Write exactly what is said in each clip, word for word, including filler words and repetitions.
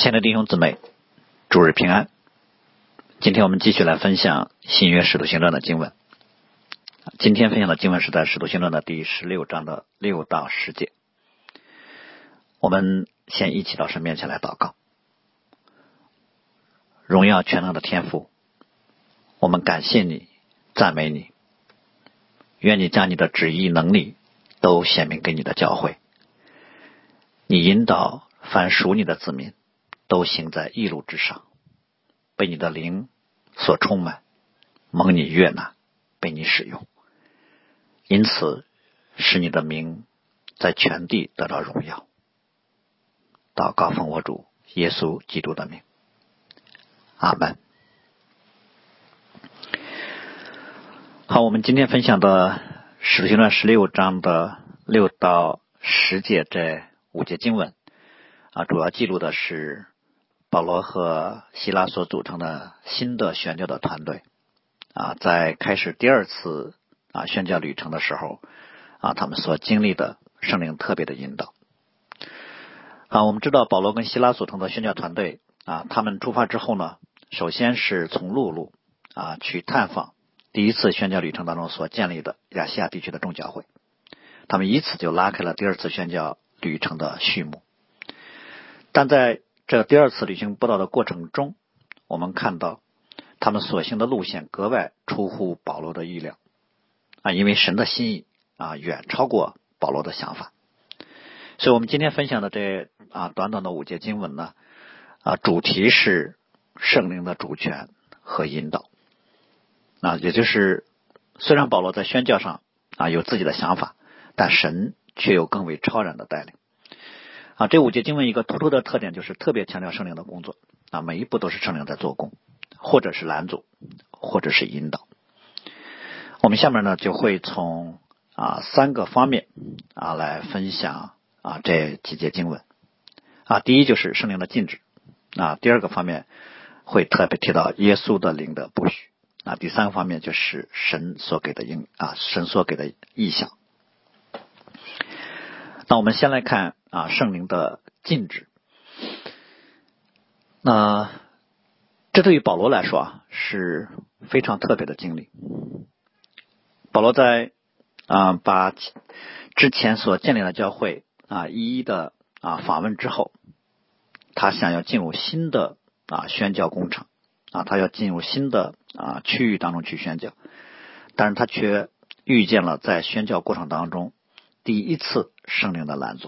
亲爱的弟兄姊妹，主日平安。今天我们继续来分享新约使徒行传的经文。今天分享的经文是在使徒行传的第十六章的六到十节。我们先一起到神面前来祷告。荣耀全能的天父，我们感谢你，赞美你，愿你将你的旨意能力都显明给你的教会。你引导凡属你的子民都行在义路之上，被你的灵所充满，蒙你悦纳，被你使用，因此使你的名在全地得到荣耀。祷告奉我主耶稣基督的名，阿们。好，我们今天分享的使徒行传十六章的六到十节这五节经文啊，主要记录的是保罗和希拉所组成的新的宣教的团队啊，在开始第二次啊宣教旅程的时候啊，他们所经历的圣灵特别的引导啊。我们知道保罗跟希拉组成的宣教团队啊，他们出发之后呢，首先是从陆路啊去探访第一次宣教旅程当中所建立的亚细亚地区的众教会，他们以此就拉开了第二次宣教旅程的序幕。但在这第二次旅行布道的过程中，我们看到他们所行的路线格外出乎保罗的意料啊，因为神的心意啊远超过保罗的想法。所以我们今天分享的这啊短短的五节经文呢啊，主题是圣灵的主权和引导啊，也就是虽然保罗在宣教上啊有自己的想法，但神却有更为超然的带领啊。这五节经文一个突出的特点就是特别强调圣灵的工作啊，每一步都是圣灵在做工，或者是拦阻，或者是引导。我们下面呢就会从啊三个方面啊来分享啊这几节经文啊。第一就是圣灵的禁止啊，第二个方面会特别提到耶稣的灵的不许啊，第三个方面就是神所给的应啊神所给的意象。那我们先来看啊圣灵的禁止。那这对于保罗来说啊是非常特别的经历。保罗在啊把之前所建立的教会啊一一的啊访问之后，他想要进入新的啊宣教工程啊，他要进入新的啊区域当中去宣教，但是他却遇见了在宣教过程当中第一次圣灵的拦阻。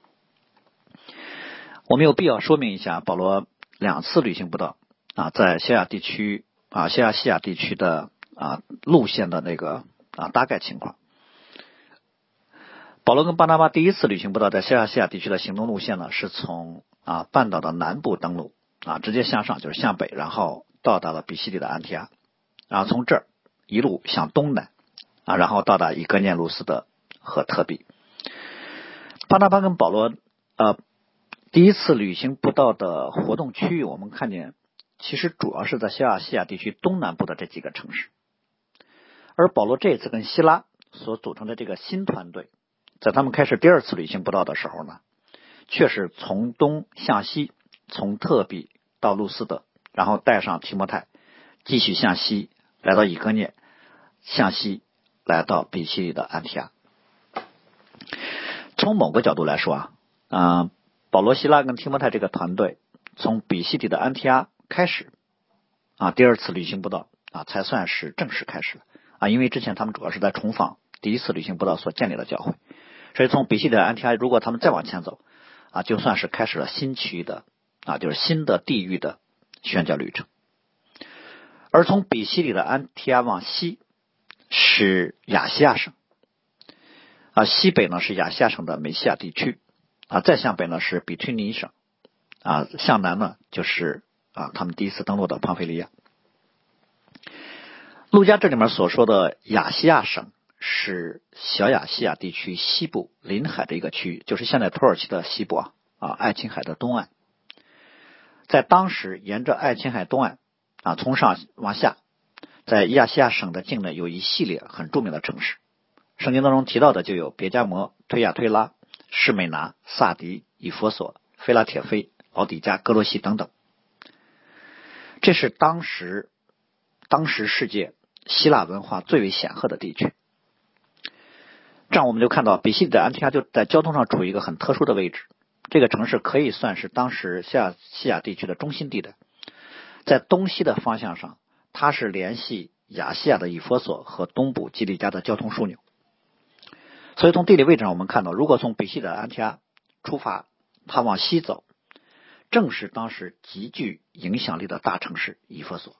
我们有必要说明一下保罗两次旅行布道啊，在西亚地区啊西亚西亚地区的啊路线的那个啊大概情况。保罗跟巴拿巴第一次旅行布道在西亚西亚地区的行动路线呢，是从啊半岛的南部登陆啊，直接向上就是向北，然后到达了比西底的安提阿，然后从这儿一路向东南啊，然后到达以哥念路斯的和特比。巴拿巴跟保罗呃第一次旅行布道的活动区域，我们看见其实主要是在西亚西亚地区东南部的这几个城市，而保罗这次跟希拉所组成的这个新团队，在他们开始第二次旅行布道的时候呢，却是从东向西，从特比到路斯德，然后带上提摩太，继续向西来到以哥念，向西来到比西里的安提阿。从某个角度来说啊，呃、保罗希拉跟提摩太这个团队从比西底的安提阿开始啊，第二次旅行布道啊才算是正式开始了啊，因为之前他们主要是在重访第一次旅行布道所建立的教会，所以从比西底的安提阿，如果他们再往前走啊，就算是开始了新区的啊，就是新的地域的宣教旅程。而从比西底的安提阿往西是亚细亚省啊，西北呢是亚细亚省的美西亚地区啊，再向北呢是比推尼省啊，向南呢就是啊他们第一次登陆的庞菲利亚。路加这里面所说的亚细亚省是小亚细亚地区西部临海的一个区域，就是现在土耳其的西部啊啊爱琴海的东岸。在当时沿着爱琴海东岸啊从上往下，在亚细亚省的境内有一系列很著名的城市，圣经当中提到的就有别加摩、推亚推拉、士美拿、萨迪、以弗所、菲拉铁菲、 老底嘉、哥罗西等等。这是当时当时世界希腊文化最为显赫的地区。这样我们就看到比西里的安提阿就在交通上处于一个很特殊的位置，这个城市可以算是当时西亚西亚地区的中心地带，在东西的方向上，它是联系亚细亚的以弗所和东部基利家的交通枢纽。所以从地理位置上我们看到，如果从比西里的安提阿出发，它往西走，正是当时极具影响力的大城市以弗所。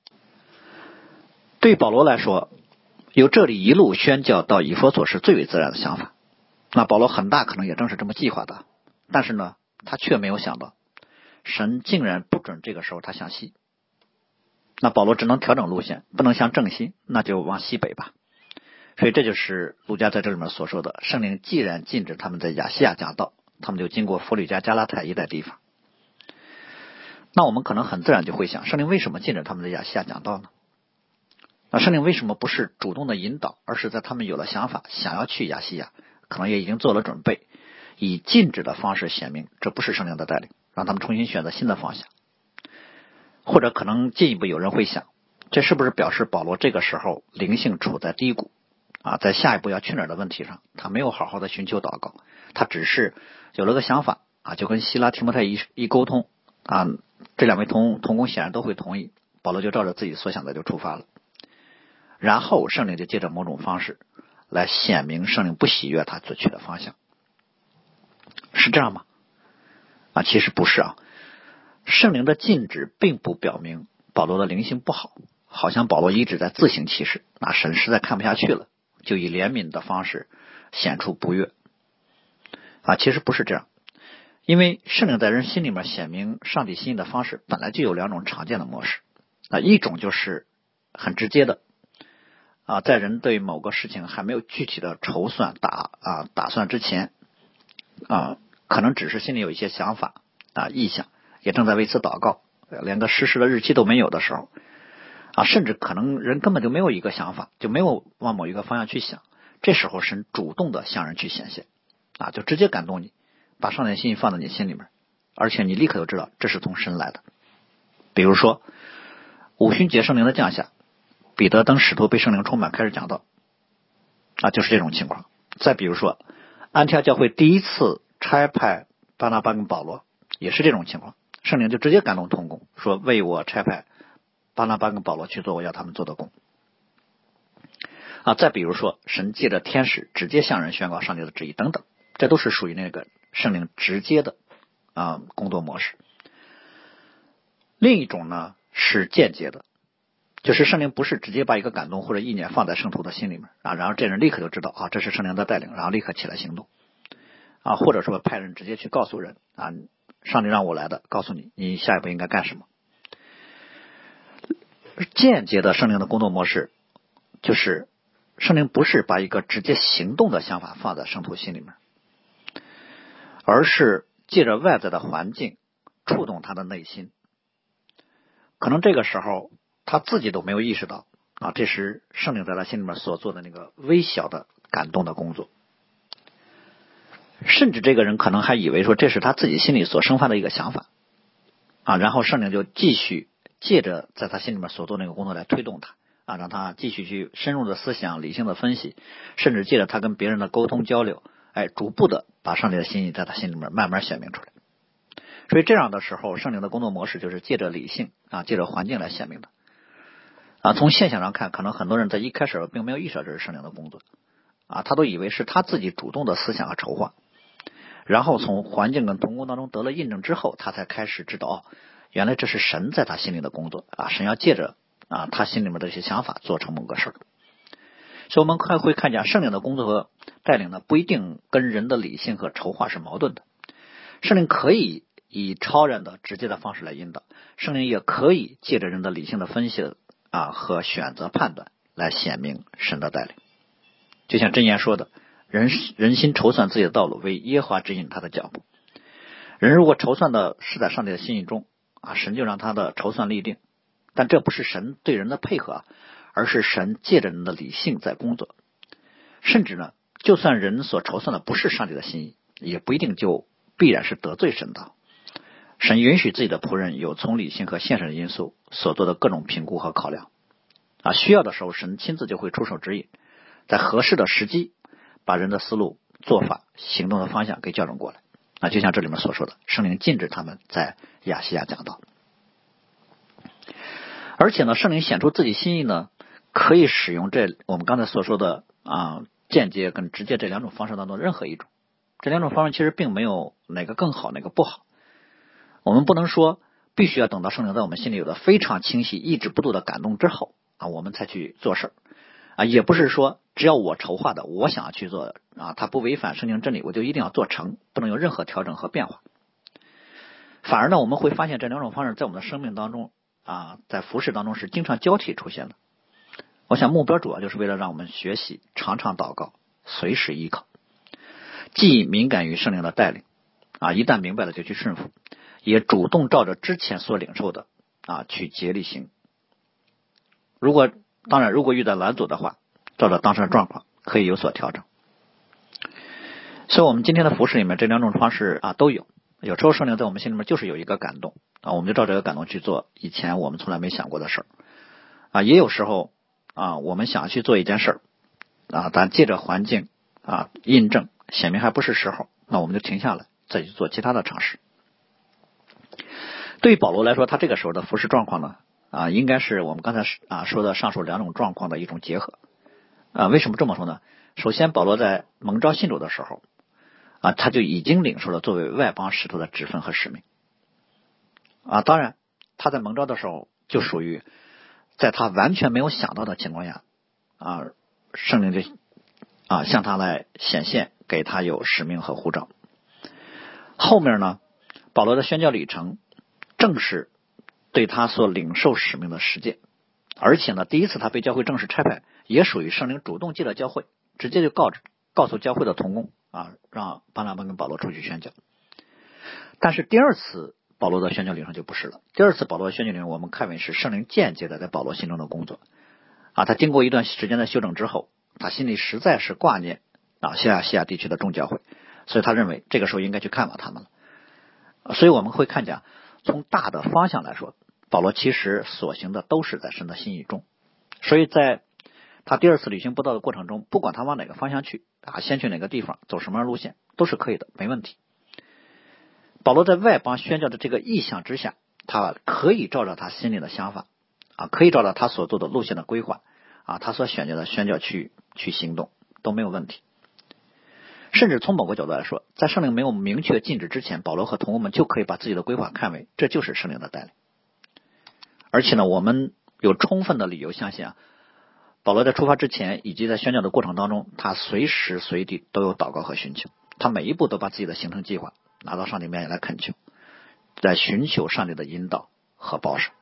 对保罗来说，由这里一路宣教到以弗所是最为自然的想法。那保罗很大可能也正是这么计划的，但是呢，他却没有想到，神竟然不准这个时候他向西。那保罗只能调整路线，不能向正西，那就往西北吧。所以这就是路加在这里面所说的，圣灵既然禁止他们在亚细亚讲道，他们就经过弗吕加、加拉太一带地方。那我们可能很自然就会想，圣灵为什么禁止他们在亚细亚讲道呢？那圣灵为什么不是主动的引导，而是在他们有了想法想要去亚细亚，可能也已经做了准备，以禁止的方式显明这不是圣灵的带领，让他们重新选择新的方向。或者可能进一步有人会想，这是不是表示保罗这个时候灵性处在低谷啊，在下一步要去哪儿的问题上，他没有好好的寻求祷告，他只是有了个想法啊，就跟希拉提摩太一一沟通啊，这两位同同工显然都会同意，保罗就照着自己所想的就出发了。然后圣灵就借着某种方式来显明圣灵不喜悦他所去的方向，是这样吗？啊，其实不是啊。圣灵的禁止并不表明保罗的灵性不好，好像保罗一直在自行其事，那神实在看不下去了，就以怜悯的方式显出不悦啊，其实不是这样。因为圣灵在人心里面显明上帝心意的方式本来就有两种常见的模式啊，一种就是很直接的啊，在人对某个事情还没有具体的筹算打啊打算之前啊，可能只是心里有一些想法啊意向，也正在为此祷告，连个实施的日期都没有的时候啊，甚至可能人根本就没有一个想法，就没有往某一个方向去想，这时候神主动的向人去显现啊，就直接感动你，把上帝心意放在你心里面，而且你立刻就知道这是从神来的。比如说五旬节圣灵的降下，彼得等使徒被圣灵充满开始讲道啊，就是这种情况。再比如说安提阿教会第一次差派巴拿巴跟保罗，也是这种情况，圣灵就直接感动同工，说为我差派巴拿巴跟保罗去做我要他们做的工啊。再比如说神借着天使直接向人宣告上帝的旨意等等，这都是属于那个圣灵直接的啊工作模式。另一种呢是间接的，就是圣灵不是直接把一个感动或者意念放在圣徒的心里面啊，然后这人立刻就知道啊这是圣灵的带领，然后立刻起来行动啊，或者说派人直接去告诉人啊，上帝让我来的，告诉你你下一步应该干什么。间接的圣灵的工作模式就是圣灵不是把一个直接行动的想法放在圣徒心里面，而是借着外在的环境触动他的内心，可能这个时候他自己都没有意识到啊，这是圣灵在他心里面所做的那个微小的感动的工作，甚至这个人可能还以为说这是他自己心里所生发的一个想法啊，然后圣灵就继续借着在他心里面所做那个工作来推动他啊，让他继续去深入的思想、理性的分析，甚至借着他跟别人的沟通交流，哎，逐步的把上帝的心意在他心里面慢慢显明出来。所以这样的时候，圣灵的工作模式就是借着理性啊，借着环境来显明的啊。从现象上看，可能很多人在一开始并没有意识到这是圣灵的工作啊，他都以为是他自己主动的思想和筹划，然后从环境跟同工当中得了印证之后，他才开始知道哦，原来这是神在他心里的工作啊，神要借着啊他心里面的一些想法做成某个事儿。所以我们快会看见圣灵的工作和带领呢，不一定跟人的理性和筹划是矛盾的。圣灵可以以超然的直接的方式来引导，圣灵也可以借着人的理性的分析啊和选择判断来显明神的带领。就像箴言说的，人人心筹算自己的道路，为耶和华指引他的脚步。人如果筹算的是在上帝的心意中啊，神就让他的筹算立定，但这不是神对人的配合，而是神借着人的理性在工作。甚至呢，就算人所筹算的不是上帝的心意，也不一定就必然是得罪神的。 神允许自己的仆人有从理性和现实的因素所做的各种评估和考量啊，需要的时候神亲自就会出手指引，在合适的时机把人的思路、做法、行动的方向给校正过来啊，就像这里面所说的，圣灵禁止他们在亚细亚讲道。而且呢，圣灵显出自己心意呢，可以使用这我们刚才所说的啊间接跟直接这两种方式当中任何一种，这两种方式其实并没有哪个更好哪个不好，我们不能说必须要等到圣灵在我们心里有了非常清晰抑制不住的感动之后啊，我们才去做事啊，也不是说只要我筹划的我想要去做的啊，它不违反圣经真理我就一定要做成，不能有任何调整和变化。反而呢，我们会发现这两种方式在我们的生命当中啊，在服事当中是经常交替出现的。我想目标主要就是为了让我们学习常常祷告，随时依靠，既敏感于圣灵的带领啊，一旦明白了就去顺服，也主动照着之前所领受的啊去竭力行。如果当然如果遇到拦阻的话，照着当时的状况可以有所调整。所以我们今天的服事里面这两种方式啊都有，有时候圣灵在我们心里面就是有一个感动啊，我们就照这个感动去做以前我们从来没想过的事儿啊，也有时候啊我们想去做一件事儿啊，但借着环境啊印证显明还不是时候，那我们就停下来再去做其他的尝试。对于保罗来说，他这个时候的服事状况呢啊，应该是我们刚才啊说的上述两种状况的一种结合啊。为什么这么说呢？首先保罗在蒙召信主的时候啊，他就已经领受了作为外邦使徒的职分和使命啊。当然他在蒙召的时候就属于在他完全没有想到的情况下啊，圣灵就啊向他来显现，给他有使命和呼召。后面呢，保罗的宣教旅程正是对他所领受使命的实践，而且呢，第一次他被教会正式差派，也属于圣灵主动借着教会，直接就告知告诉教会的同工啊，让巴拿巴跟保罗出去宣教。但是第二次保罗的宣教旅程就不是了，第二次保罗的宣教旅程我们看为是圣灵间接的在保罗心中的工作啊，他经过一段时间的修整之后，他心里实在是挂念啊西亚西亚地区的众教会，所以他认为这个时候应该去看望他们了。所以我们会看见，从大的方向来说，保罗其实所行的都是在神的心意中，所以在他第二次旅行布道的过程中，不管他往哪个方向去啊，先去哪个地方，走什么样的路线，都是可以的，没问题。保罗在外邦宣教的这个意向之下，他可以照着他心里的想法啊，可以照着他所做的路线的规划啊，他所选择的宣教去去行动都没有问题。甚至从某个角度来说，在圣灵没有明确禁止之前，保罗和同工们就可以把自己的规划看为这就是圣灵的带领。而且呢，我们有充分的理由相信啊，保罗在出发之前以及在宣教的过程当中，他随时随地都有祷告和寻求，他每一步都把自己的行程计划拿到上帝面前来恳求，在寻求上帝的引导和保守。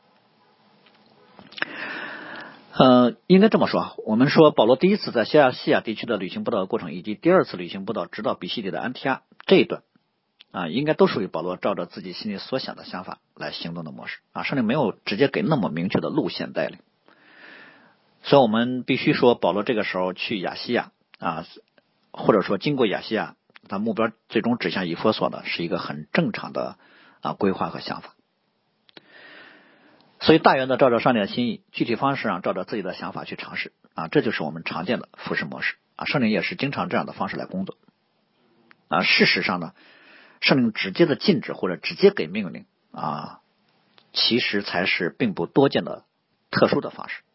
呃，应该这么说啊，我们说保罗第一次在西亚西亚地区的旅行布道的过程，以及第二次旅行布道直到比西底的安提阿这一段啊，应该都属于保罗照着自己心里所想的想法来行动的模式啊，圣灵没有直接给那么明确的路线带领。所以我们必须说，保罗这个时候去亚细亚啊，或者说经过亚细亚，他目标最终指向以弗所的是一个很正常的啊规划和想法。所以大约的照着上帝的心意，具体方式上照着自己的想法去尝试啊，这就是我们常见的服事模式啊。圣灵也是经常这样的方式来工作啊。事实上呢，圣灵直接的禁止或者直接给命令啊，其实才是并不多见的特殊的方式。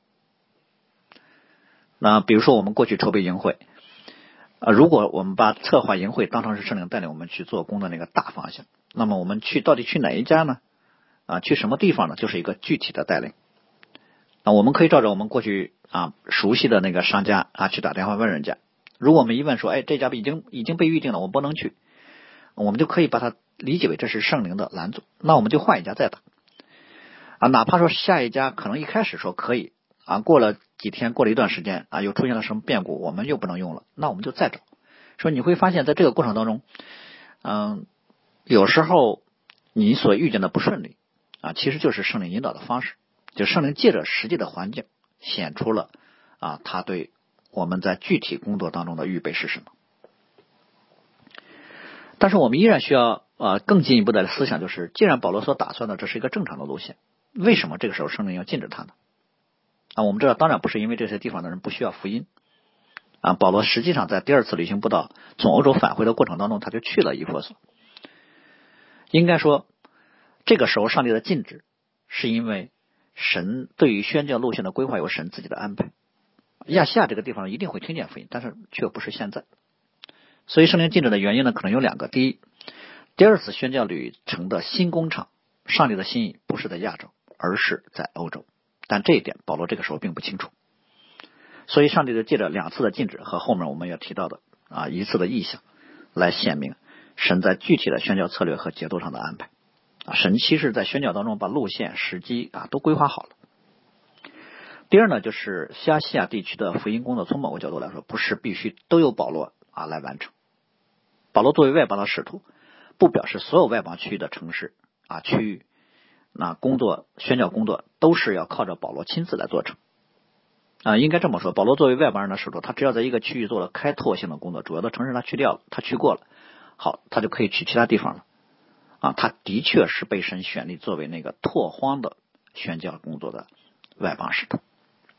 那比如说我们过去筹备营会啊，如果我们把策划营会当成是圣灵带领我们去做工的那个大方向，那么我们去到底去哪一家呢？啊，去什么地方呢？就是一个具体的带领。那我们可以照着我们过去啊熟悉的那个商家啊去打电话问人家，如果我们一问说，哎，这家已经已经被预定了，我们不能去，我们就可以把它理解为这是圣灵的拦阻，那我们就换一家再打啊，哪怕说下一家可能一开始说可以啊，过了几天，过了一段时间啊，又出现了什么变故，我们又不能用了，那我们就再找。所以你会发现在这个过程当中，嗯，有时候你所遇见的不顺利啊，其实就是圣灵引导的方式，就圣灵借着实际的环境显出了啊，他对我们在具体工作当中的预备是什么。 但是我们依然需要呃更进一步的思想，就是既然保罗所打算的这是一个正常的路线，为什么这个时候圣灵要禁止他呢？啊，我们知道当然不是因为这些地方的人不需要福音啊，保罗实际上在第二次旅行布道从欧洲返回的过程当中，他就去了以弗所。应该说这个时候上帝的禁止是因为神对于宣教路线的规划有神自己的安排。亚细亚这个地方一定会听见福音，但是却不是现在。所以圣灵禁止的原因呢，可能有两个。第一，第二次宣教旅程的新工厂，上帝的心意不是在亚洲，而是在欧洲。但这一点保罗这个时候并不清楚。所以上帝就借着两次的禁止和后面我们要提到的啊一次的意象，来显明神在具体的宣教策略和节奏上的安排。啊，神其实在宣教当中把路线、时机啊都规划好了。第二呢，就是亚细亚地区的福音工作，从某个角度来说，不是必须都由保罗啊来完成。保罗作为外邦的使徒，不表示所有外邦区域的城市啊区域，那工作宣教工作都是要靠着保罗亲自来做成。啊，应该这么说，保罗作为外邦人的使徒，他只要在一个区域做了开拓性的工作，主要的城市他去掉了，他去过了，好，他就可以去其他地方了。啊，他的确是被神选立作为那个拓荒的宣教工作的外邦使徒。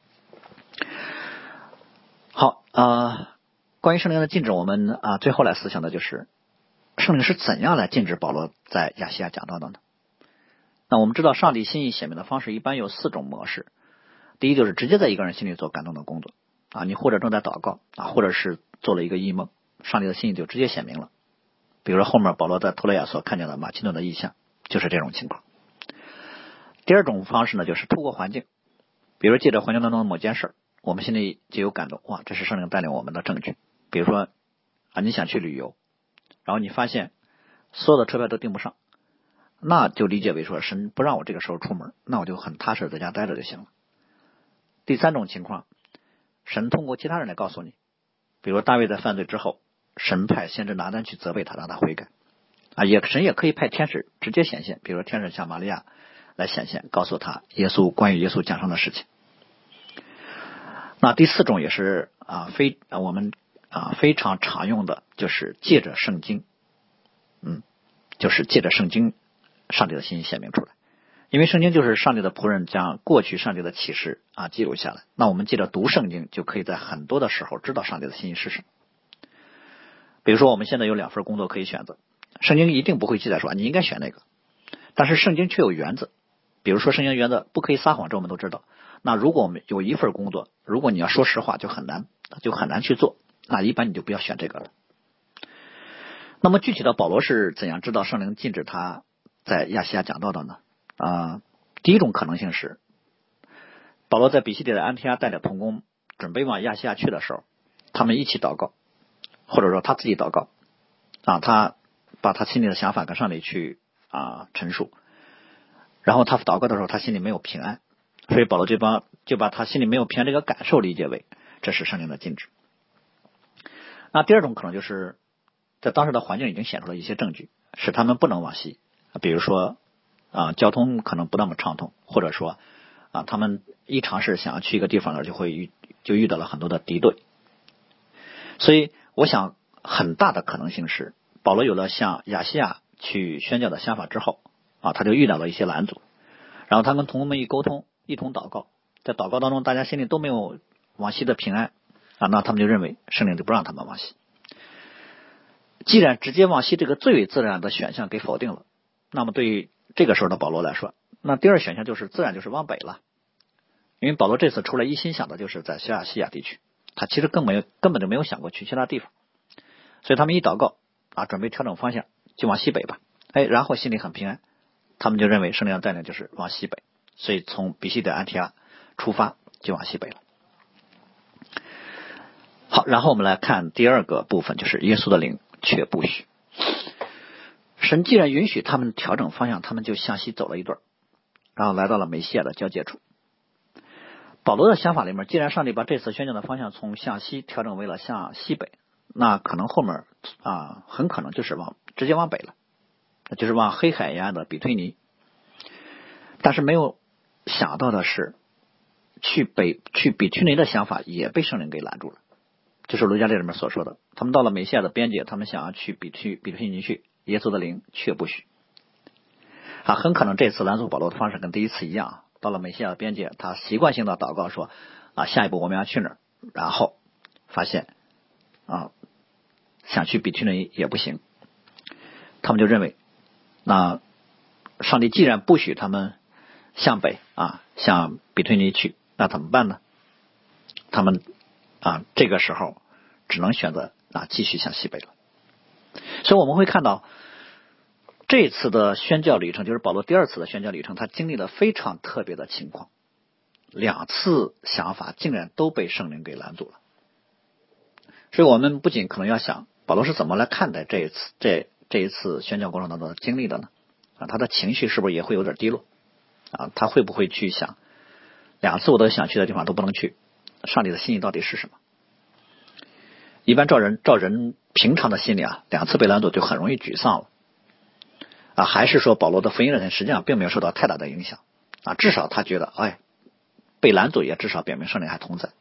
好，呃，关于圣灵的禁止，我们啊最后来思想的就是圣灵是怎样来禁止保罗在亚细亚讲道的呢？那我们知道，上帝心意显明的方式一般有四种模式。第一，就是直接在一个人心里做感动的工作啊，你或者正在祷告啊，或者是做了一个异梦，上帝的心意就直接显明了。比如说后面保罗在托雷亚所看见的马其顿的异象，就是这种情况。第二种方式呢，就是透过环境，比如借着环境当中的某件事，我们心里就有感动，哇，这是圣灵带领我们的证据。比如说啊，你想去旅游，然后你发现所有的车票都订不上，那就理解为说神不让我这个时候出门，那我就很踏实在家待着就行了。第三种情况，神通过其他人来告诉你，比如大卫在犯罪之后，神派先知拿单去责备他，让他悔改啊，也神也可以派天使直接显现，比如说天使向玛利亚来显现，告诉他耶稣关于耶稣讲上的事情。那第四种也是啊非啊我们啊非常常用的，就是借着圣经，嗯，就是借着圣经，上帝的心意显明出来。因为圣经就是上帝的仆人将过去上帝的启示啊记录下来，那我们借着读圣经，就可以在很多的时候知道上帝的心意是什么。比如说我们现在有两份工作可以选择，圣经一定不会记载说你应该选那个，但是圣经却有原则。比如说圣经原则不可以撒谎，这我们都知道。那如果我们有一份工作，如果你要说实话就很难就很难去做，那一般你就不要选这个了。那么具体的保罗是怎样知道圣灵禁止他在亚细亚讲道的呢？啊，第一种可能性是保罗在比西底的安提阿带着同工准备往亚细亚去的时候，他们一起祷告，或者说他自己祷告啊，他把他心里的想法跟上帝去啊陈述，然后他祷告的时候他心里没有平安，所以保罗就把就把他心里没有平安这个感受理解为这是圣灵的禁止。那第二种可能就是在当时的环境已经显出了一些证据，使他们不能往西，比如说啊交通可能不那么畅通，或者说啊他们一尝试想要去一个地方呢，就会遇就遇到了很多的敌对。所以我想很大的可能性是保罗有了向亚细亚去宣教的想法之后啊，他就遇到了一些拦阻，然后他跟同工们一沟通，一同祷告，在祷告当中大家心里都没有往西的平安啊，那他们就认为圣灵就不让他们往西。既然直接往西这个最为自然的选项给否定了，那么对于这个时候的保罗来说，那第二选项就是自然就是往北了。因为保罗这次出来一心想的就是在小亚细亚地区，他其实根本根本就没有想过去其他地方，所以他们一祷告啊，准备调整方向就往西北吧，哎，然后心里很平安，他们就认为圣灵的带领就是往西北，所以从比西底安提阿出发就往西北了。好，然后我们来看第二个部分，就是耶稣的灵却不许。神既然允许他们调整方向，他们就向西走了一段，然后来到了梅西亚的交界处。保罗的想法里面，既然上帝把这次宣教的方向从向西调整为了向西北，那可能后面啊很可能就是往直接往北了，就是往黑海沿岸的比推尼。但是没有想到的是，去北去比推尼的想法也被圣灵给拦住了。 就是路加这里面所说的，他们到了美西亚的边界，他们想要去比去比推尼去，耶稣的灵却不许。啊，很可能这次拦阻保罗的方式跟第一次一样，到了美西亚的边界，他习惯性的祷告说啊，下一步我们要去哪儿？然后发现啊，想去比推尼也不行，他们就认为，那上帝既然不许他们向北啊，向比推尼去，那怎么办呢？他们啊，这个时候只能选择啊继续向西北了。所以我们会看到，这次的宣教旅程，就是保罗第二次的宣教旅程，他经历了非常特别的情况，两次想法竟然都被圣灵给拦阻了。所以我们不仅可能要想，保罗是怎么来看待这一次这这一次宣教过程当中的经历的呢？啊，他的情绪是不是也会有点低落？啊，他会不会去想，两次我都想去的地方都不能去，上帝的心意到底是什么？一般照人照人平常的心理啊，两次被拦阻就很容易沮丧了。啊，还是说保罗的福音热情实际上并没有受到太大的影响啊，至少他觉得，哎，被拦阻也至少表明圣灵还同在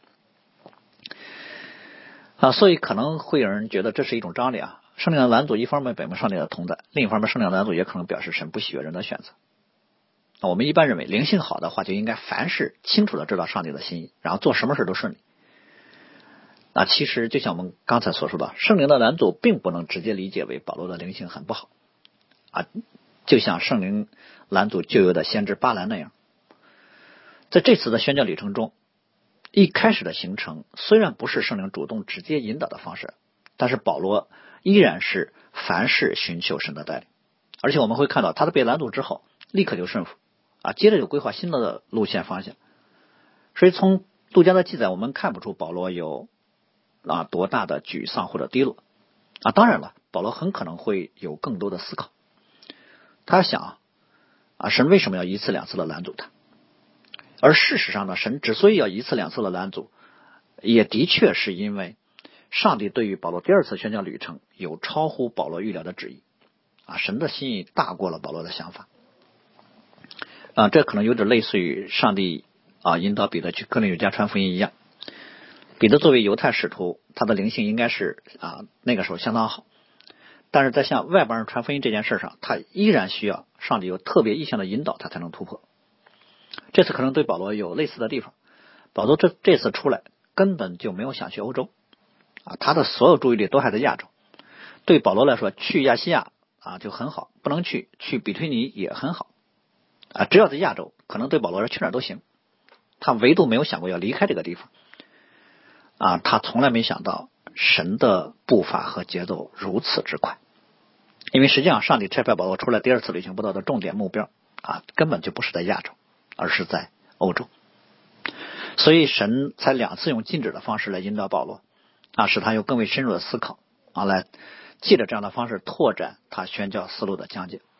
啊，所以可能会有人觉得这是一种张力啊，圣灵的拦阻一方面表明上帝的同在，另一方面圣灵的拦阻也可能表示神不喜悦人的选择。啊，我们一般认为灵性好的话就应该凡事清楚的知道上帝的心意，然后做什么事都顺利。啊，其实就像我们刚才所说的，圣灵的拦阻并不能直接理解为保罗的灵性很不好啊，就像圣灵拦阻旧约的先知巴兰那样。在这次的宣教旅程中，一开始的行程虽然不是圣灵主动直接引导的方式，但是保罗依然是凡事寻求神的带领，而且我们会看到他的被拦阻之后立刻就顺服啊，接着就规划新的路线方向。所以从路加的记载我们看不出保罗有啊多大的沮丧或者低落啊，当然了，保罗很可能会有更多的思考。他想啊，神为什么要一次两次的拦阻他？而事实上呢，神之所以要一次两次的拦阻，也的确是因为上帝对于保罗第二次宣教旅程有超乎保罗预料的旨意啊，神的心意大过了保罗的想法啊，这可能有点类似于上帝啊引导彼得去哥林多家传福音一样。彼得作为犹太使徒，他的灵性应该是啊那个时候相当好，但是在向外邦人传福音这件事上，他依然需要上帝有特别意向的引导，他才能突破。这次可能对保罗有类似的地方，保罗这这次出来根本就没有想去欧洲啊，他的所有注意力都还在亚洲。对保罗来说，去亚细亚啊就很好，不能去去比推尼也很好啊，只要在亚洲，可能对保罗说去哪儿都行。他唯独没有想过要离开这个地方啊，他从来没想到神的步伐和节奏如此之快，因为实际上上帝差派保罗出来第二次旅行步道的重点目标啊，根本就不是在亚洲，而是在欧洲，所以神才两次用禁止的方式来引导保罗啊，使他有更为深入的思考啊，来借着这样的方式拓展他宣教思路的疆界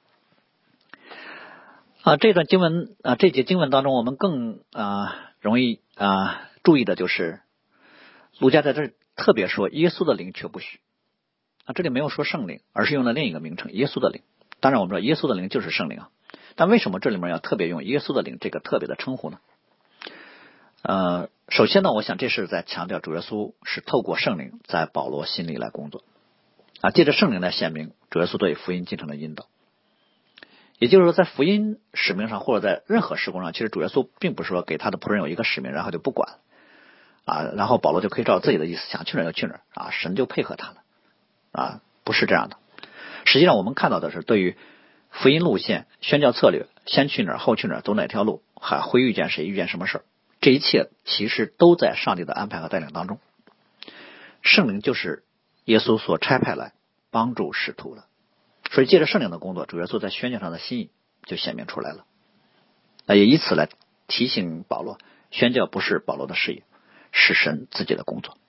啊。这段经文啊，这节经文当中，我们更啊容易啊注意的就是路加在这特别说耶稣的灵却不许啊，这里没有说圣灵，而是用了另一个名称耶稣的灵。当然我们知道耶稣的灵就是圣灵啊，但为什么这里面要特别用耶稣的灵这个特别的称呼呢？呃，首先呢，我想这是在强调主耶稣是透过圣灵在保罗心里来工作啊，借着圣灵来显明主耶稣对福音进程的引导。也就是说，在福音使命上或者在任何事工上，其实主耶稣并不是说给他的仆人有一个使命然后就不管了啊，然后保罗就可以照自己的意思想去哪儿就去哪儿啊，神就配合他了啊，不是这样的。实际上我们看到的是，对于福音路线、宣教策略，先去哪儿后去哪儿，走哪条路，还会遇见谁，遇见什么事儿，这一切其实都在上帝的安排和带领当中。圣灵就是耶稣所差派来帮助使徒的，所以借着圣灵的工作，主耶稣在宣教上的心意就显明出来了，也以此来提醒保罗，宣教不是保罗的事业，是神自己的工作。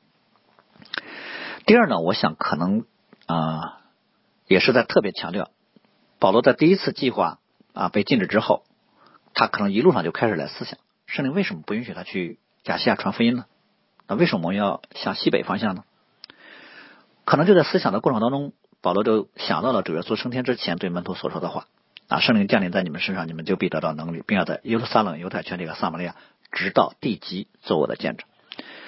第二呢，我想可能啊、呃，也是在特别强调保罗在第一次计划啊被禁止之后，他可能一路上就开始来思想，圣灵为什么不允许他去亚细亚传福音呢？那为什么我们要向西北方向呢？可能就在思想的过程当中，保罗就想到了主耶稣升天之前对门徒所说的话啊，圣灵降临在你们身上，你们就必得到能力，并要在耶路撒冷、犹太全体和撒玛利亚直到地极做我的见证。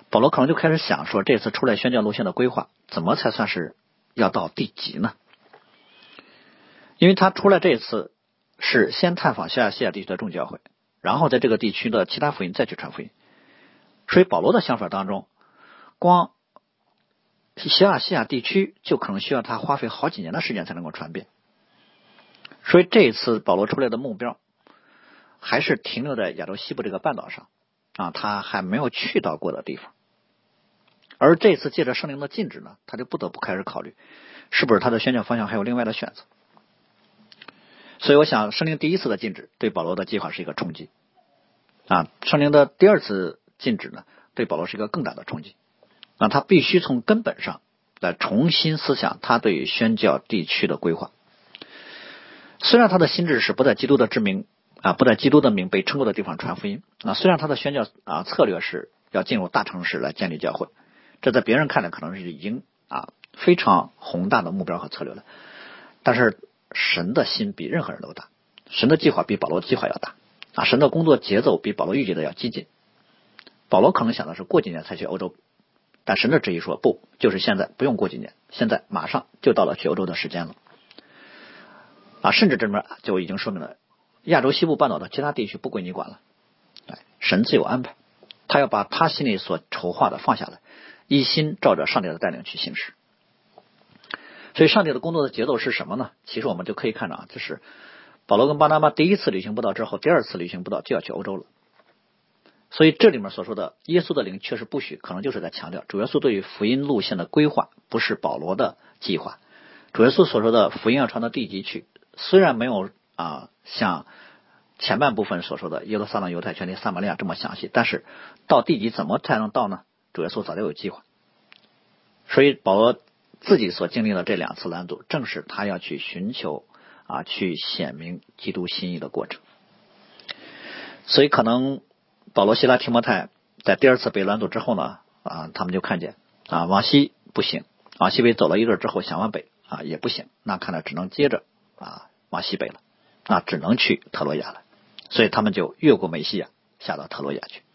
保罗可能就开始想说，这次出来宣教路线的规划怎么才算是要到地极呢？因为他出来这一次是先探访西亚西亚地区的众教会，然后在这个地区的其他福音再去传福音，所以保罗的想法当中，光西亚西亚地区就可能需要他花费好几年的时间才能够传遍。所以这一次保罗出来的目标还是停留在亚洲西部这个半岛上啊，他还没有去到过的地方。而这次借着圣灵的禁止呢，他就不得不开始考虑是不是他的宣教方向还有另外的选择。所以我想圣灵第一次的禁止对保罗的计划是一个冲击啊，圣灵的第二次禁止呢对保罗是一个更大的冲击啊，他必须从根本上来重新思想他对于宣教地区的规划。虽然他的心智是不在基督的之名啊，不在基督的名被称过的地方传福音啊，虽然他的宣教啊策略是要进入大城市来建立教会，这在别人看来可能是已经啊非常宏大的目标和策略了，但是神的心比任何人都大，神的计划比保罗的计划要大啊，神的工作节奏比保罗预计的要激进。保罗可能想的是过几年才去欧洲，但神的旨意说不，就是现在，不用过几年，现在马上就到了去欧洲的时间了啊，甚至这边就已经说明了亚洲西部半岛的其他地区不归你管了，神自有安排，他要把他心里所筹划的放下来，一心照着上帝的带领去行事。所以上帝的工作的节奏是什么呢？其实我们就可以看到，就是保罗跟巴拿巴第一次旅行布道之后，第二次旅行布道就要去欧洲了。所以这里面所说的耶稣的灵确实不许，可能就是在强调主耶稣对于福音路线的规划不是保罗的计划。主耶稣所说的福音要传到地极去，虽然没有啊像前半部分所说的耶路撒冷、犹太全地、撒玛利亚这么详细，但是到地极怎么才能到呢？主耶稣早就有计划。所以保罗自己所经历的这两次拦阻，正是他要去寻求啊去显明基督心意的过程。所以可能保罗、西拉、提摩太在第二次被拦阻之后呢啊他们就看见啊往西不行，往西北走了一阵之后想往北啊也不行，那看来只能接着啊往西北了，那只能去特罗亚了。所以他们就越过美西亚下到特罗亚去。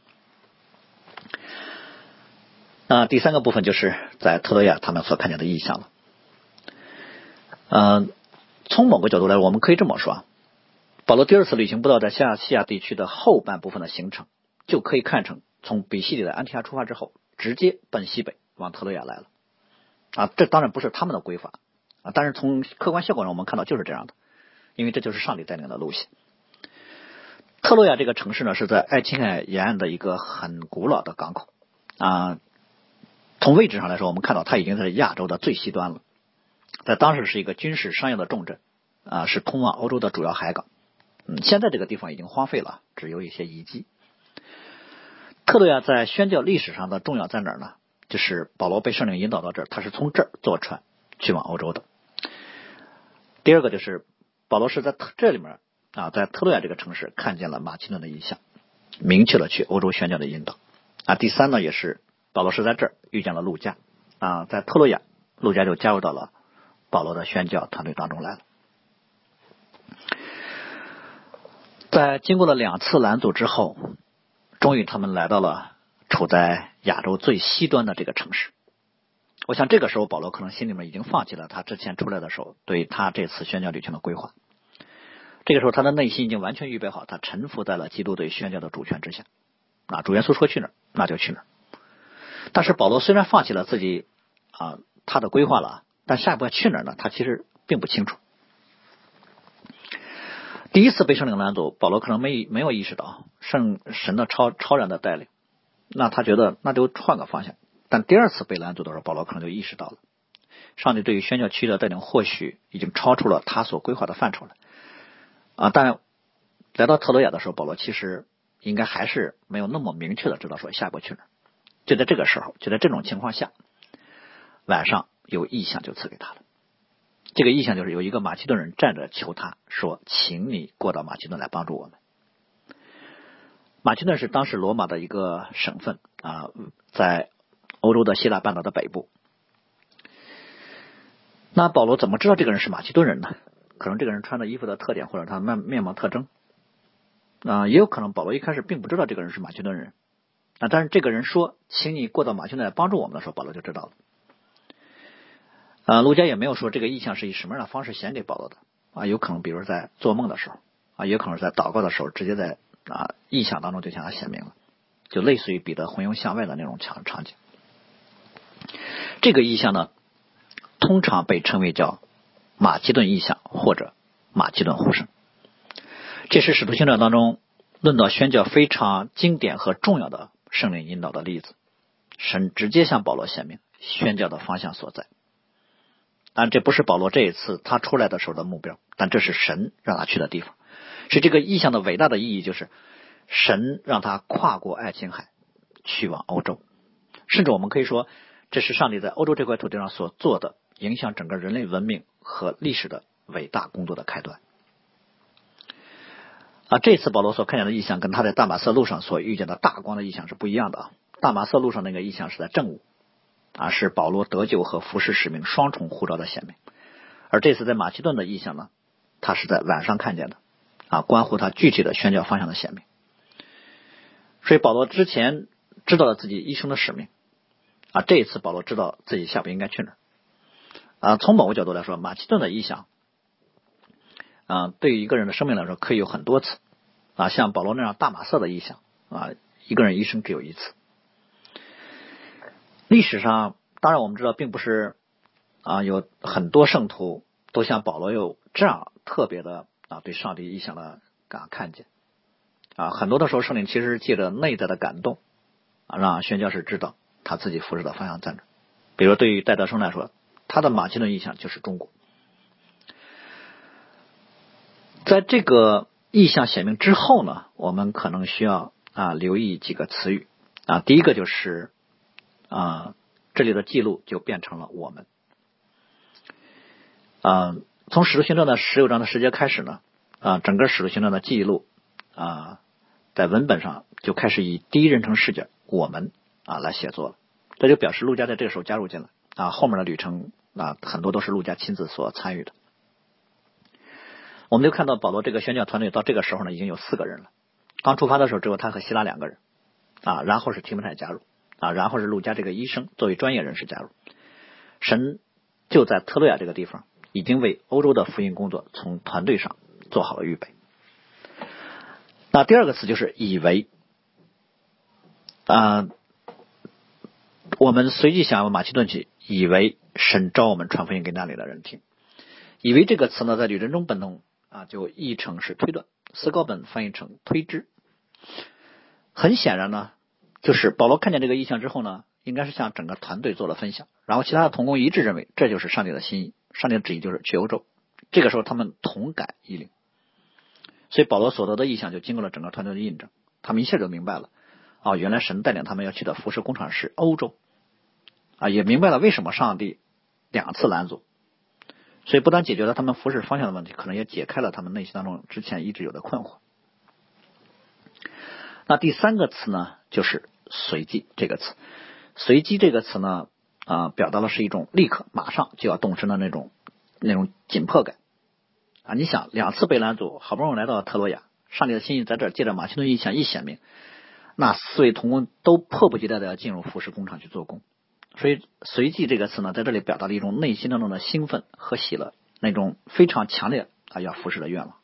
那第三个部分就是在特罗亚他们所看见的异象了。呃，从某个角度来，我们可以这么说，保罗第二次旅行布道在西亚西亚地区的后半部分的行程，就可以看成从比西里的安提阿出发之后，直接奔西北往特罗亚来了。啊，这当然不是他们的规划啊，但是从客观效果上我们看到就是这样的，因为这就是上帝带领的路线。特罗亚这个城市呢，是在爱琴海沿岸的一个很古老的港口啊。从位置上来说，我们看到它已经是亚洲的最西端了，在当时是一个军事商业的重镇啊，是通往欧洲的主要海港。嗯，现在这个地方已经荒废了，只有一些遗迹。特罗亚在宣教历史上的重要在哪儿呢？就是保罗被圣灵引导到这儿，他是从这儿坐船去往欧洲的。第二个就是保罗是在这里面啊，在特罗亚这个城市看见了马其顿的异象，明确了去欧洲宣教的引导啊。第三呢，也是保罗是在这儿遇见了路加啊，在特罗亚，路加就加入到了保罗的宣教团队当中来了。在经过了两次拦阻之后，终于他们来到了处在亚洲最西端的这个城市。我想这个时候保罗可能心里面已经放弃了他之前出来的时候对他这次宣教旅程的规划。这个时候他的内心已经完全预备好，他臣服在了基督对宣教的主权之下啊，主耶稣说去哪儿那就去哪儿。但是保罗虽然放弃了自己啊他的规划了，但下一步要去哪儿呢？他其实并不清楚。第一次被圣灵拦阻，保罗可能没没有意识到圣神的超超然的带领，那他觉得那就换个方向。但第二次被拦阻的时候，保罗可能就意识到了，上帝对于宣教区的带领或许已经超出了他所规划的范畴了啊。但来到特罗亚的时候，保罗其实应该还是没有那么明确的知道说下一步去哪儿。就在这个时候，就在这种情况下，晚上有异象就赐给他了。这个异象就是有一个马其顿人站着求他说，请你过到马其顿来帮助我们。马其顿是当时罗马的一个省份啊，在欧洲的希腊半岛的北部。那保罗怎么知道这个人是马其顿人呢？可能这个人穿的衣服的特点或者他的面貌特征啊，也有可能保罗一开始并不知道这个人是马其顿人啊，但是这个人说请你过到马其顿来帮助我们的时候，保罗就知道了。呃，路加也没有说这个意象是以什么样的方式显给保罗的啊，有可能比如在做梦的时候啊，也可能是在祷告的时候，直接在啊意象当中就向他显明了，就类似于彼得魂游向外的那种场场景。这个意象呢，通常被称为叫马其顿意象或者马其顿呼声。这是使徒行传当中论到宣教非常经典和重要的圣灵引导的例子，神直接向保罗显明宣教的方向所在。当然这不是保罗这一次他出来的时候的目标，但这是神让他去的地方。是这个意象的伟大的意义，就是神让他跨过爱琴海去往欧洲，甚至我们可以说这是上帝在欧洲这块土地上所做的影响整个人类文明和历史的伟大工作的开端。啊，这次保罗所看见的异象跟他在大马色路上所遇见的大光的异象是不一样的啊。大马色路上那个异象是在正午啊，是保罗得救和服侍使命双重呼召的显明。而这次在马其顿的异象呢，他是在晚上看见的啊，关乎他具体的宣教方向的显明。所以保罗之前知道了自己一生的使命啊，这一次保罗知道自己下步应该去哪儿啊。从某个角度来说，马其顿的异象啊，对于一个人的生命来说可以有很多次啊，像保罗那样大马色的异象啊，一个人一生只有一次。历史上当然我们知道并不是啊有很多圣徒都像保罗有这样特别的啊对上帝异象的啊看见啊，很多的时候圣灵其实是借着内在的感动啊，让宣教士知道他自己服侍的方向在哪。比如对于戴德生来说，他的马其顿异象就是中国。在这个意象显明之后呢，我们可能需要啊留意几个词语啊。第一个就是啊这里的记录就变成了我们啊。从使徒行传的十六章的十节开始呢啊，整个使徒行传的记录啊在文本上就开始以第一人称视角我们啊来写作了，这就表示路加在这个时候加入进来啊，后面的旅程啊很多都是路加亲自所参与的。我们就看到保罗这个宣教团队到这个时候呢已经有四个人了，刚出发的时候只有他和希拉两个人啊，然后是提摩太加入啊，然后是路加这个医生作为专业人士加入。神就在特洛亚这个地方已经为欧洲的福音工作从团队上做好了预备。那第二个词就是以为啊，我们随即想要马其顿去，以为神召我们传福音给那里的人听。以为这个词呢在吕振中本通啊就译成是推断，思高本翻译成推知。很显然呢，就是保罗看见这个意象之后呢，应该是向整个团队做了分享，然后其他的同工一致认为这就是上帝的心意，上帝的旨意就是去欧洲。这个时候他们同感一领，所以保罗所得的意象就经过了整个团队的印证，他们一下就明白了啊，原来神带领他们要去的服事工厂是欧洲啊，也明白了为什么上帝两次拦阻。所以不但解决了他们服事方向的问题，可能也解开了他们内心当中之前一直有的困惑。那第三个词呢就是随即这个词。随机这个词呢啊、呃，表达的是一种立刻马上就要动身的那种那种紧迫感啊。你想两次被拦阻，好不容易来到了特洛亚，上帝的心意在这儿借着马其顿意象一显明，那四位同工都迫不及待的要进入服事工厂去做工。所以随即这个词呢在这里表达了一种内心当中的兴奋和喜乐，那种非常强烈啊要服事的愿望。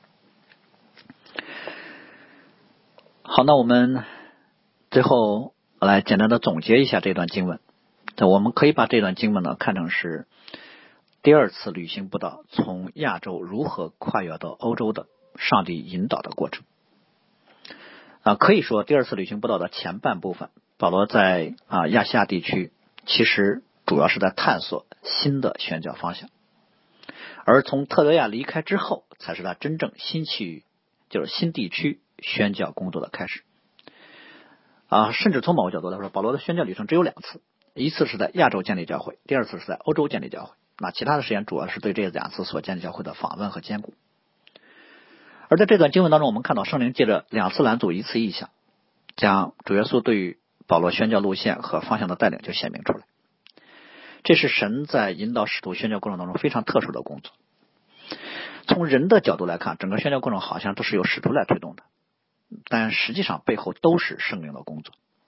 好，那我们最后来简单的总结一下这段经文。我们可以把这段经文呢看成是第二次旅行布道从亚洲如何跨越到欧洲的上帝引导的过程啊。可以说第二次旅行布道的前半部分，保罗在啊亚细亚地区其实主要是在探索新的宣教方向，而从特洛亚离开之后，才是他真正新区域，就是新地区宣教工作的开始啊。甚至从某个角度来说，保罗的宣教旅程只有两次，一次是在亚洲建立教会，第二次是在欧洲建立教会。那其他的时间主要是对这两次所建立教会的访问和兼顾。而在这段经文当中，我们看到圣灵借着两次拦阻一次异象，将主耶稣对于保罗宣教路线和方向的带领就显明出来。这是神在引导使徒宣教过程当中非常特殊的工作。从人的角度来看，整个宣教过程好像都是由使徒来推动的，但实际上背后都是圣灵的工作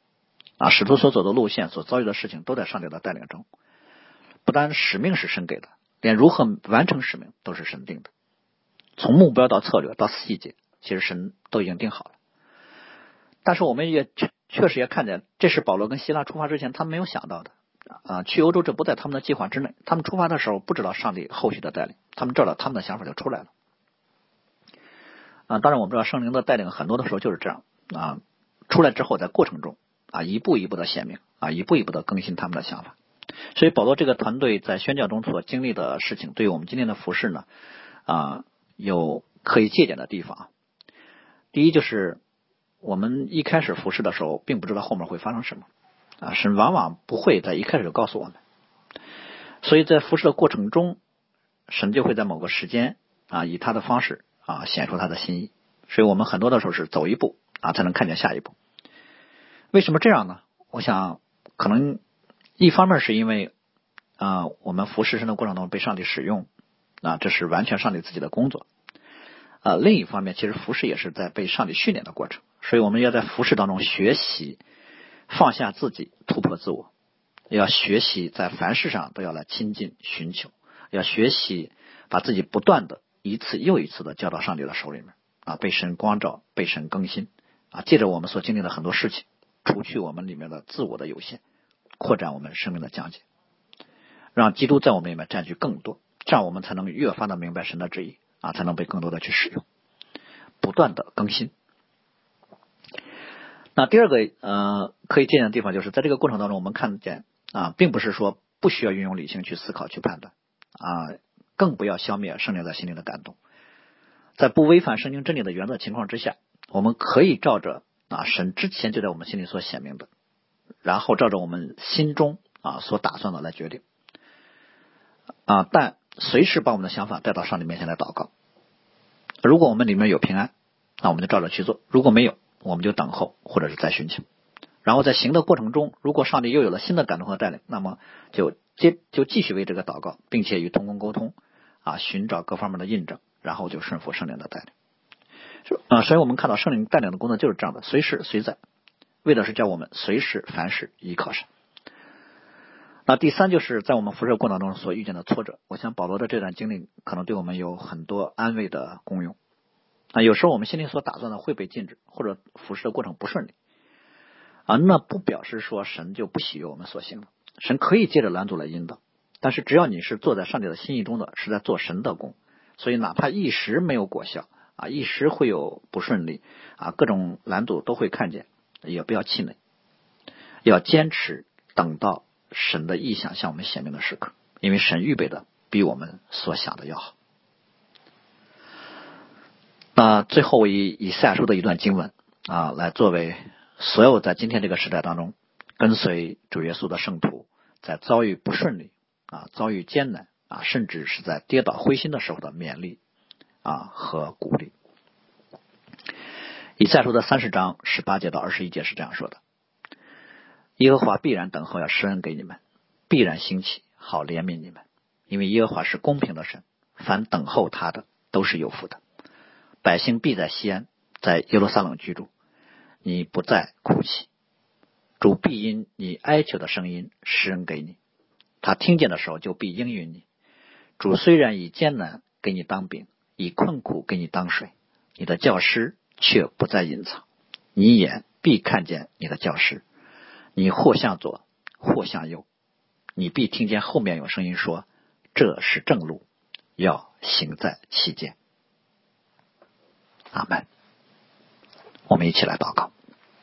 啊，使徒所走的路线，所遭遇的事情，都在上帝的带领中。不单使命是神给的，连如何完成使命都是神定的。从目标到策略到细节，其实神都已经定好了。但是我们也确实也看见，这是保罗跟希拉出发之前他们没有想到的啊。去欧洲这不在他们的计划之内，他们出发的时候不知道上帝后续的带领，他们知道他们的想法就出来了啊。当然我们知道圣灵的带领很多的时候就是这样啊，出来之后在过程中啊一步一步的显明啊，一步一步的更新他们的想法。所以保罗这个团队在宣教中所经历的事情，对于我们今天的服事呢啊有可以借鉴的地方。第一就是我们一开始服事的时候并不知道后面会发生什么啊，神往往不会在一开始就告诉我们，所以在服事的过程中，神就会在某个时间啊以他的方式啊显出他的心意。所以我们很多的时候是走一步啊才能看见下一步。为什么这样呢？我想可能一方面是因为啊我们服事神的过程中被上帝使用啊，这是完全上帝自己的工作啊。另一方面其实服事也是在被上帝训练的过程，所以我们要在服事当中学习放下自己，突破自我，要学习在凡事上都要来亲近寻求，要学习把自己不断的一次又一次的交到上帝的手里面啊，被神光照，被神更新啊，借着我们所经历的很多事情，除去我们里面的自我的有限，扩展我们生命的疆界，让基督在我们里面占据更多，这样我们才能越发的明白神的旨意啊，才能被更多的去使用，不断的更新。那第二个呃可以借鉴的地方，就是在这个过程当中我们看见啊，并不是说不需要运用理性去思考去判断啊，更不要消灭圣灵在心里的感动。在不违反圣经真理的原则情况之下，我们可以照着啊神之前就在我们心里所显明的，然后照着我们心中啊所打算的来决定啊，但随时把我们的想法带到上帝面前来祷告。如果我们里面有平安，那我们就照着去做，如果没有，我们就等候或者是再寻求。然后在行的过程中，如果上帝又有了新的感动和带领，那么就接就继续为这个祷告，并且与同工沟通啊，寻找各方面的印证，然后就顺服圣灵的带领啊。所以我们看到圣灵带领的工作就是这样的，随时随在，为的是叫我们随时凡事依靠神。那第三就是在我们服事过程中所遇见的挫折，我想保罗的这段经历可能对我们有很多安慰的功用啊。有时候我们心里所打算的会被禁止，或者服事的过程不顺利啊，那不表示说神就不喜悦我们所行的，神可以借着拦阻来引导，但是只要你是做在上帝的心意中的，是在做神的工，所以哪怕一时没有果效啊，一时会有不顺利啊，各种拦阻都会看见，也不要气馁，要坚持等到神的意象向我们显明的时刻，因为神预备的比我们所想的要好。那最后我以以赛亚书的一段经文啊，来作为所有在今天这个时代当中跟随主耶稣的圣徒，在遭遇不顺利啊、遭遇艰难啊，甚至是在跌倒灰心的时候的勉励啊和鼓励。以赛亚书的三十章十八节到二十一节是这样说的：耶和华必然等候要施恩给你们，必然兴起好怜悯你们，因为耶和华是公平的神，凡等候他的都是有福的。百姓必在西安，在耶路撒冷居住，你不再哭泣。主必因你哀求的声音施恩给你，他听见的时候就必应允你。主虽然以艰难给你当饼，以困苦给你当水，你的教师却不再隐藏，你眼必看见你的教师，你或向左或向右，你必听见后面有声音说，这是正路，要行在其间。阿们。我们一起来祷告。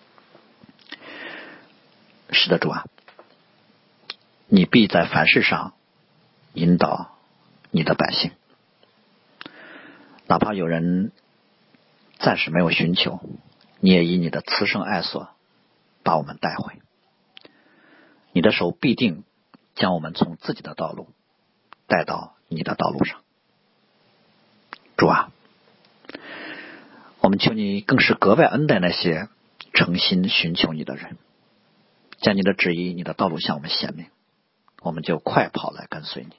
是的，主啊，你必在凡事上引导你的百姓，哪怕有人暂时没有寻求，你也以你的慈圣爱所把我们带回。你的手必定将我们从自己的道路带到你的道路上。主啊，我们求你更是格外恩待那些诚心寻求你的人，将你的旨意你的道路向我们显明，我们就快跑来跟随你。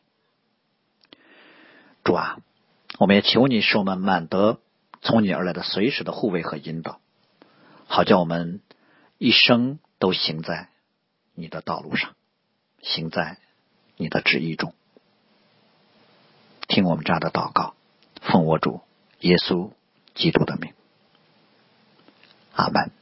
主啊，我们也求你使我们满得从你而来的随时的护卫和引导，好叫我们一生都行在你的道路上，行在你的旨意中。听我们这样的祷告，奉我主耶稣基督的名，阿们。